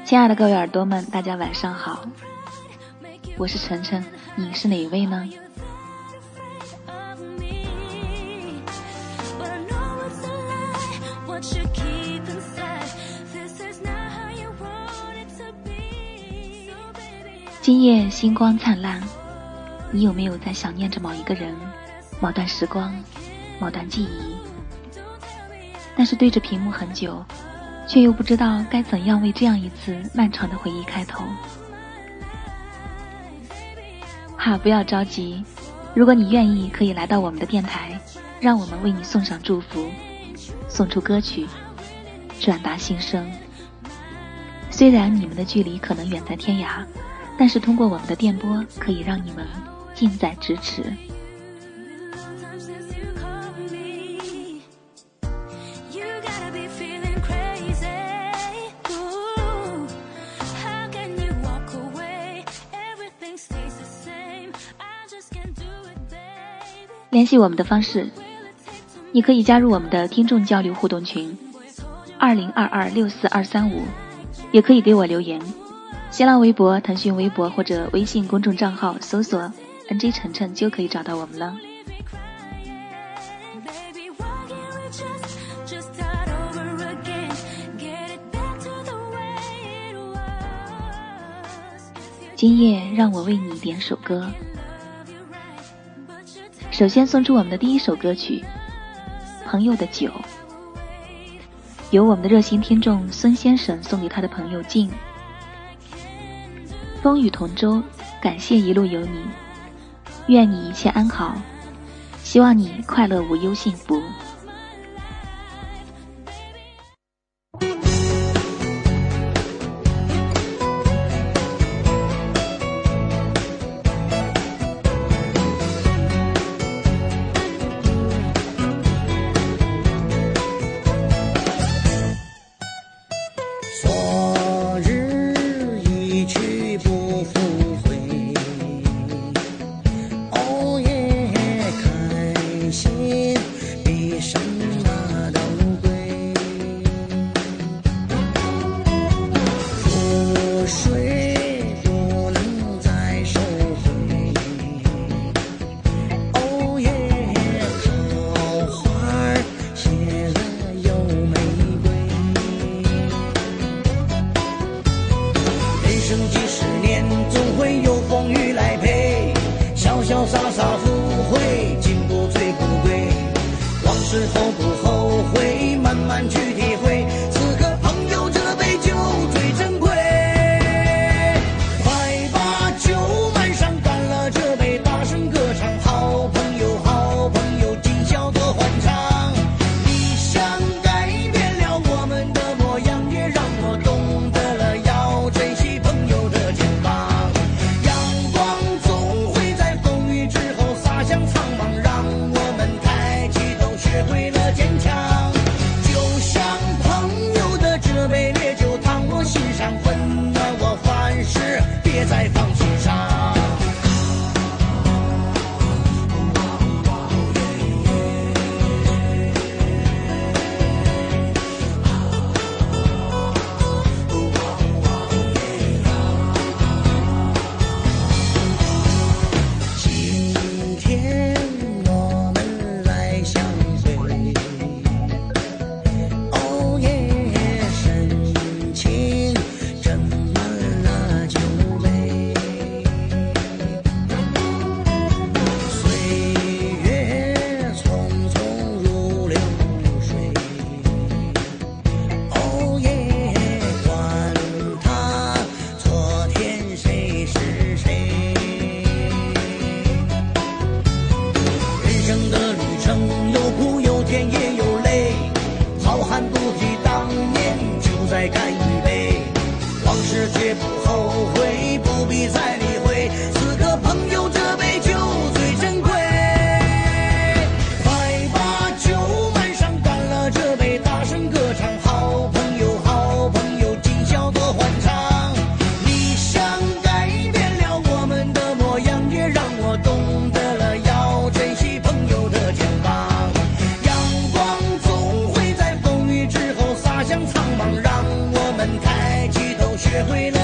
亲爱的各位耳朵们，大家晚上好，我是晨晨，你是哪一位呢？今夜星光灿烂，你有没有在想念着某一个人、某段时光、某段记忆？但是对着屏幕很久，却又不知道该怎样为这样一次漫长的回忆开头。不要着急，如果你愿意，可以来到我们的电台，让我们为你送上祝福，送出歌曲，转达心声。虽然你们的距离可能远在天涯，但是通过我们的电波，可以让你们近在咫尺。联系我们的方式，你可以加入我们的听众交流互动群2022642235，也可以给我留言。新浪微博、腾讯微博或者微信公众账号搜索 NJ 晨晨就可以找到我们了。今夜让我为你点首歌。首先送出我们的第一首歌曲《朋友的酒》，由我们的热心听众孙先生送给他的朋友静。风雨同舟，感谢一路有你，愿你一切安好，希望你快乐无忧幸福。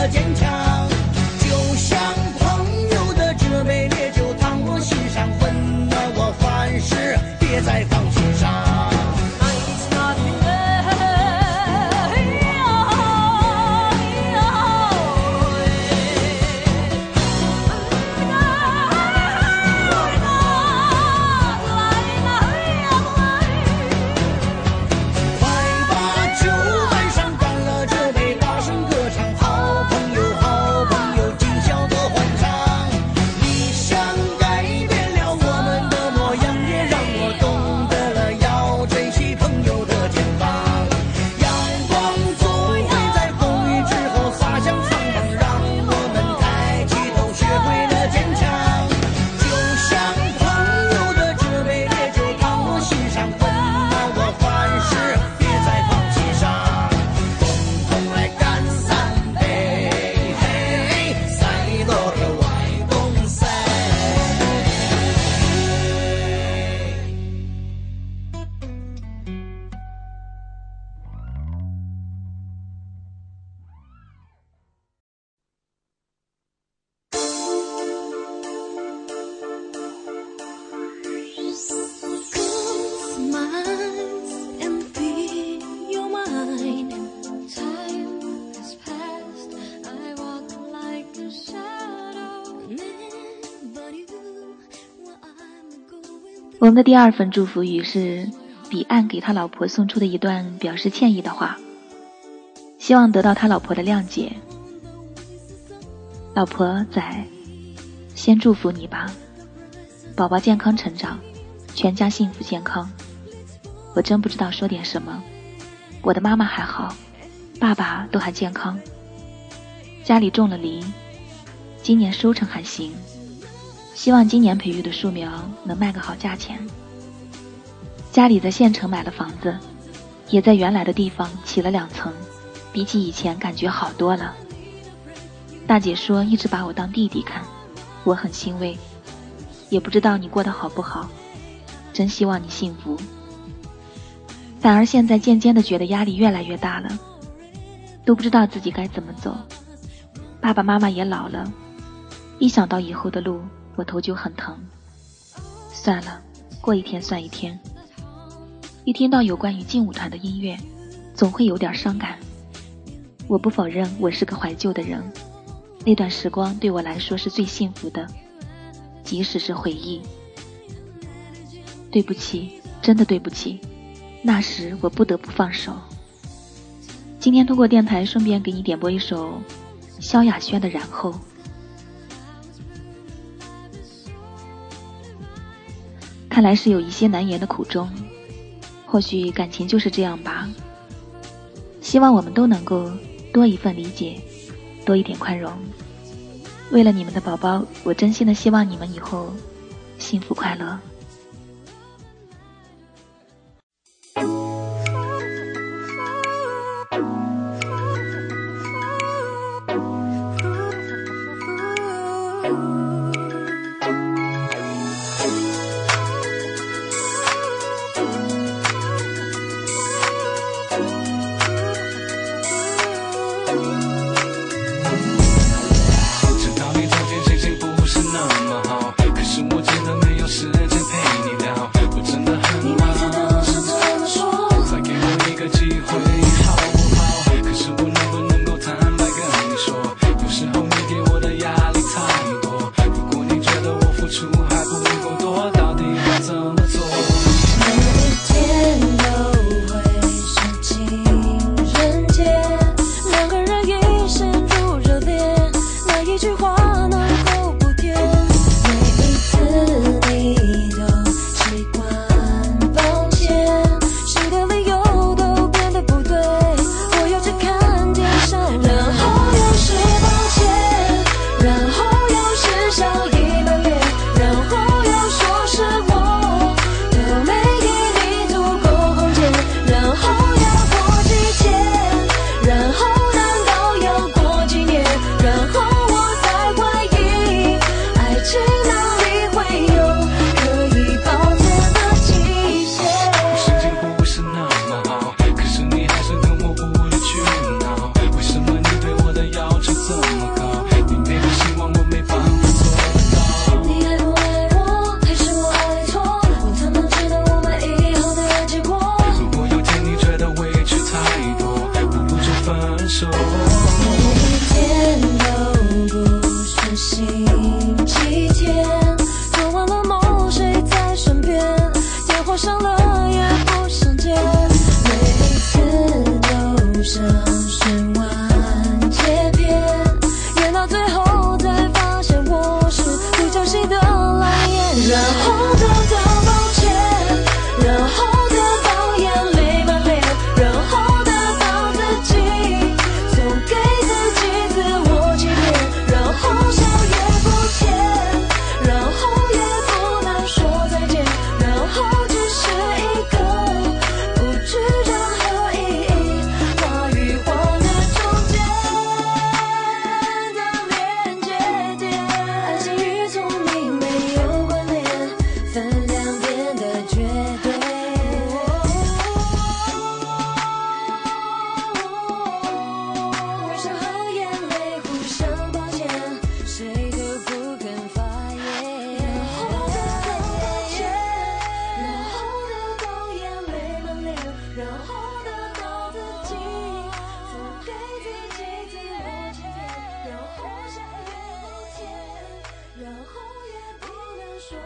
的坚强。就像朋友的这杯烈酒，烫我心上，温暖我凡事，别再放心上。 我们的第二份祝福语是彼岸给他老婆送出的一段表示歉意的话，希望得到他老婆的谅解。老婆仔，先祝福你吧，宝宝健康成长，全家幸福健康。我真不知道说点什么，我的妈妈还好，爸爸都还健康，家里种了梨，今年收成还行，希望今年培育的树苗能卖个好价钱。家里在县城买了房子，也在原来的地方起了2层，比起以前感觉好多了。大姐说一直把我当弟弟看，我很欣慰，也不知道你过得好不好，真希望你幸福。反而现在渐渐地觉得压力越来越大了，都不知道自己该怎么走。爸爸妈妈也老了，一想到以后的路，我头就很疼。算了，过一天算一天。一听到有关于劲舞团的音乐，总会有点伤感。我不否认我是个怀旧的人，那段时光对我来说是最幸福的，即使是回忆。对不起，真的对不起，那时我不得不放手。今天通过电台顺便给你点播一首萧亚轩的《然后》。看来是有一些难言的苦衷，或许感情就是这样吧。希望我们都能够多一份理解，多一点宽容。为了你们的宝宝，我真心的希望你们以后幸福快乐。 知道你昨天心情不是那么好，可是我真的没有时间陪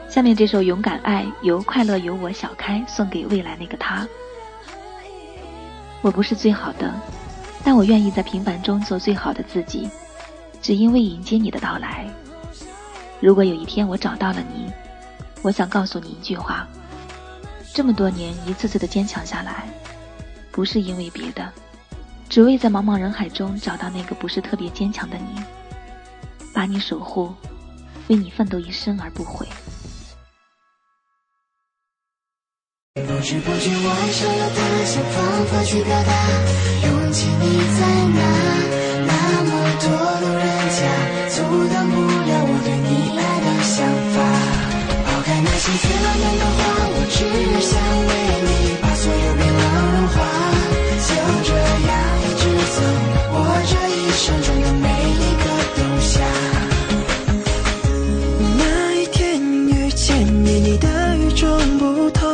下面这首《勇敢爱》由快乐由我小开送给未来那个他。我不是最好的，但我愿意在平凡中做最好的自己，只因为迎接你的到来。如果有一天我找到了你，我想告诉你一句话，这么多年一次次的坚强下来，不是因为别的，只为在茫茫人海中找到那个不是特别坚强的你，把你守护，为你奋斗一生而不悔。 不知不觉我爱上了他，想方法去表达，勇气你在哪？那么多路人甲，阻挡不了我对你爱的想法。抛开那些最浪漫的话，我只想为你把所有变浪融化，就这样一直走，我这一生中的每一个冬夏。那一天遇见你，你的与众不同，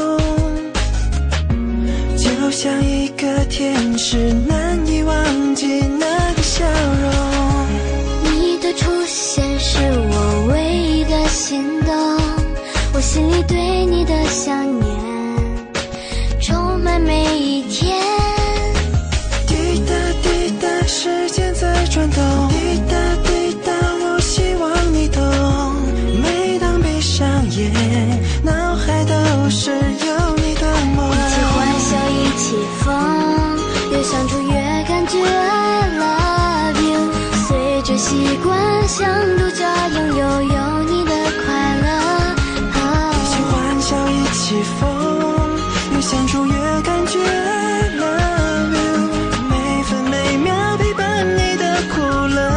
就像一个天使，难以忘记那个笑容。你的出现是我唯一的心动，我心里对你的想念充满每一天。滴答滴答，时间在转动，滴答滴答，我希望你懂。每当闭上眼，脑海都是有你的梦。一起欢笑，一起疯，越相处越感觉 I love you。随着习惯，像独角拥有你的快乐。一起欢笑，一起疯，越相处越感觉 I love you。每分每秒陪伴你的苦乐。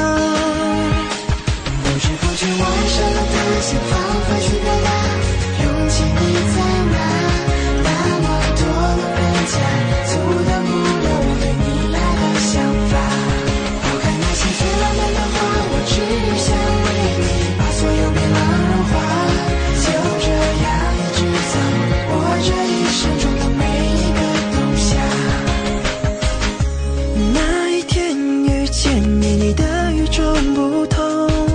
不知不觉我爱上了他，想方法去表达，勇气你在哪？那么多路人甲，阻挡不了我对你爱的想法。抛开那些最浪漫的话，我只想为你把所有变浪融化，就这样一直走，我这一生中的每一个冬夏。那一天遇见你，你的与众不同，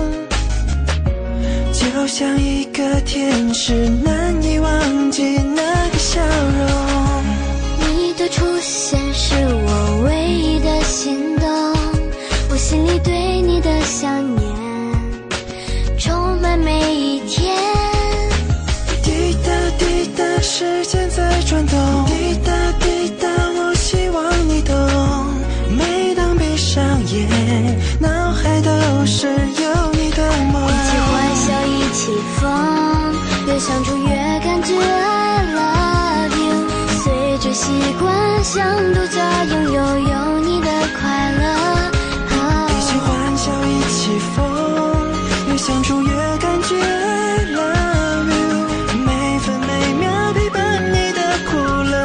就像一个天使，难以忘记那个笑容。你的出现是我唯一的心动，我心里对你的想念充满每一天。滴答滴答，时间在转动，滴答滴答，我希望你懂。每当闭上眼，脑海都是有你的梦。一起欢笑，一起疯，越相处越感觉 I love you。随着习惯，像独角拥有你的快乐。一起欢笑，一起疯，越相处越感觉 I love you。每分每秒陪伴你的苦乐。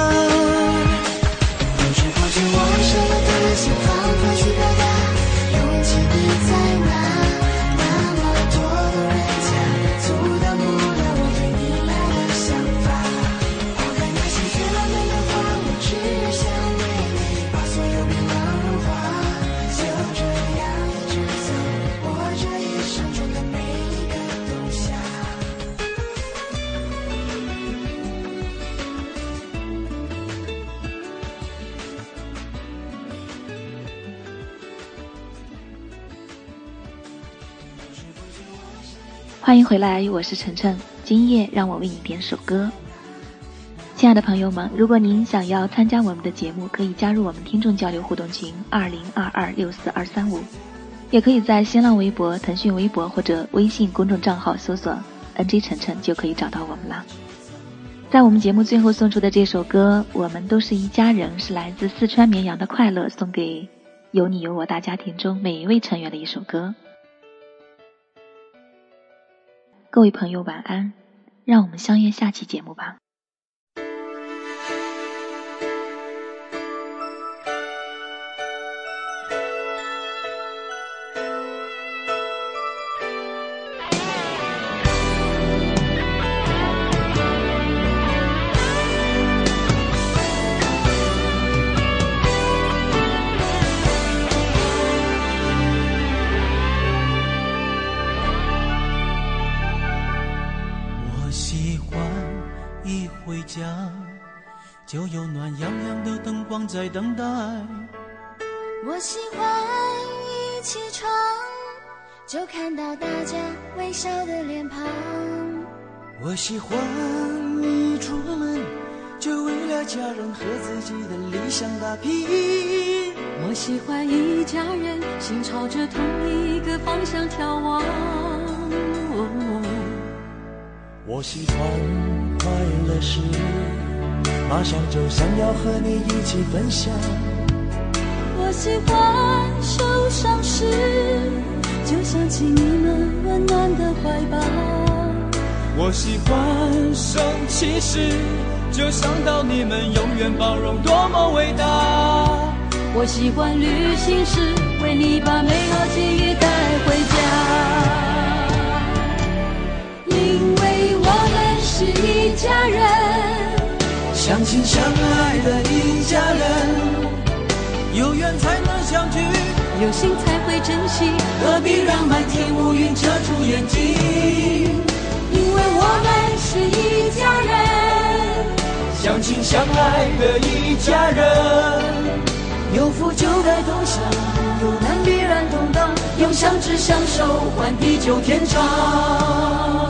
不知不觉我爱上了他，想方法去表达，勇气你在哪？那么多路人甲，阻挡不了我对你爱的想法。抛开那些最浪漫的话，我只想为你把所有变浪融化，就这样一直走，我这一生中的每一个冬夏。 欢迎回来，我是晨晨。今夜让我为你点首歌。亲爱的朋友们，如果您想要参加我们的节目，可以加入我们听众交流互动群2022642235，也可以在新浪微博、腾讯微博或者微信公众账号搜索 NJ 晨晨就可以找到我们了。在我们节目最后送出的这首歌《我们都是一家人》，是来自四川绵阳的快乐，送给有你有我大家庭中每一位成员的一首歌。各位朋友晚安，让我们相约下期节目吧。 就有暖洋洋的灯光在等待。 我喜欢一起床就看到大家微笑的脸庞。 我喜欢一出门就为了家人和自己的理想打拼。 我喜欢一家人心朝着同一个方向眺望。 我喜欢快乐时马上就想要和你一起分享。 我喜欢受伤时就想起你们温暖的怀抱。 我喜欢生气时就想到你们永远包容多么伟大。 我喜欢旅行时为你把美好记忆带回家。因为我们是一家人， 相亲相爱的一家人，有缘才能相聚， 有心才会珍惜， 何必让满天乌云遮住眼睛。 因为我们是一家人， 相亲相爱的一家人，有福就该同享，有难必然同当，用相知相守换地久天长。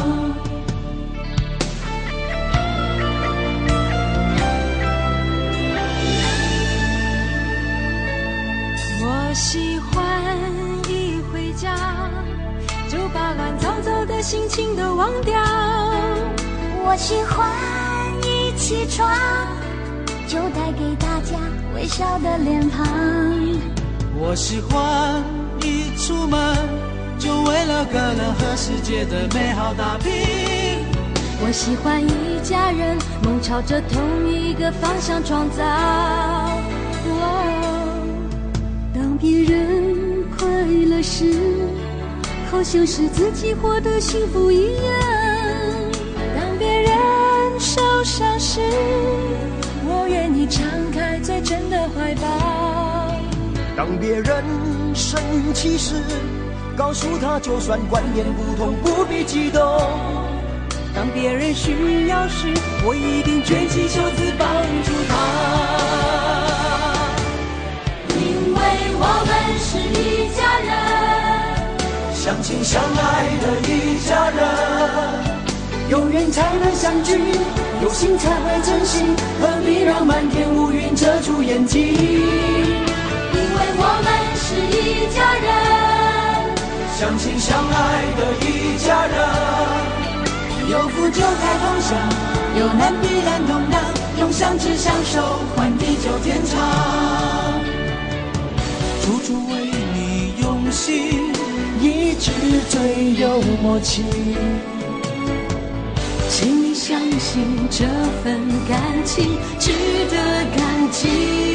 我喜欢一回家就把乱糟糟的心情都忘掉。 我喜欢一起床就带给大家微笑的脸庞。 我喜欢一出门就为了个人和世界的美好打拼。 我喜欢一家人梦朝着同一个方向创造。当别人快乐时好像是自己获得幸福一样。当别人受伤时我愿意敞开最真的怀抱。 当别人生气时告诉他就算观念不同不必激动。 当别人需要时我一定卷起袖子帮助他。因为我们是一家人， 相亲相爱的一家人，有缘才能相聚，有心才会珍惜，何必让满天乌云遮住眼睛。 因为我们是一家人， 相亲相爱的一家人，有福就该同享，有难必然同当，用相知相守换地久天长。处处为你用心，一直最有默契。 请你相信这份感情值得感激。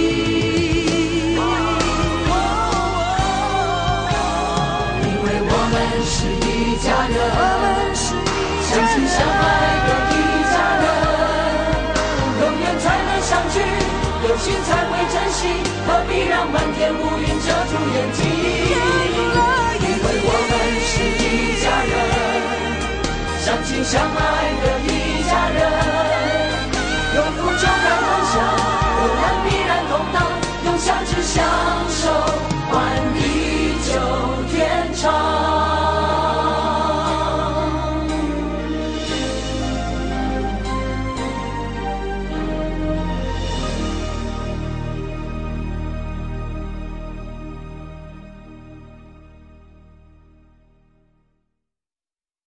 因为我们是一家人，相亲相爱的一家人，有缘才能相聚，有心才会珍惜，何必让满天乌云遮住眼睛。因为我们是一家人，相亲相爱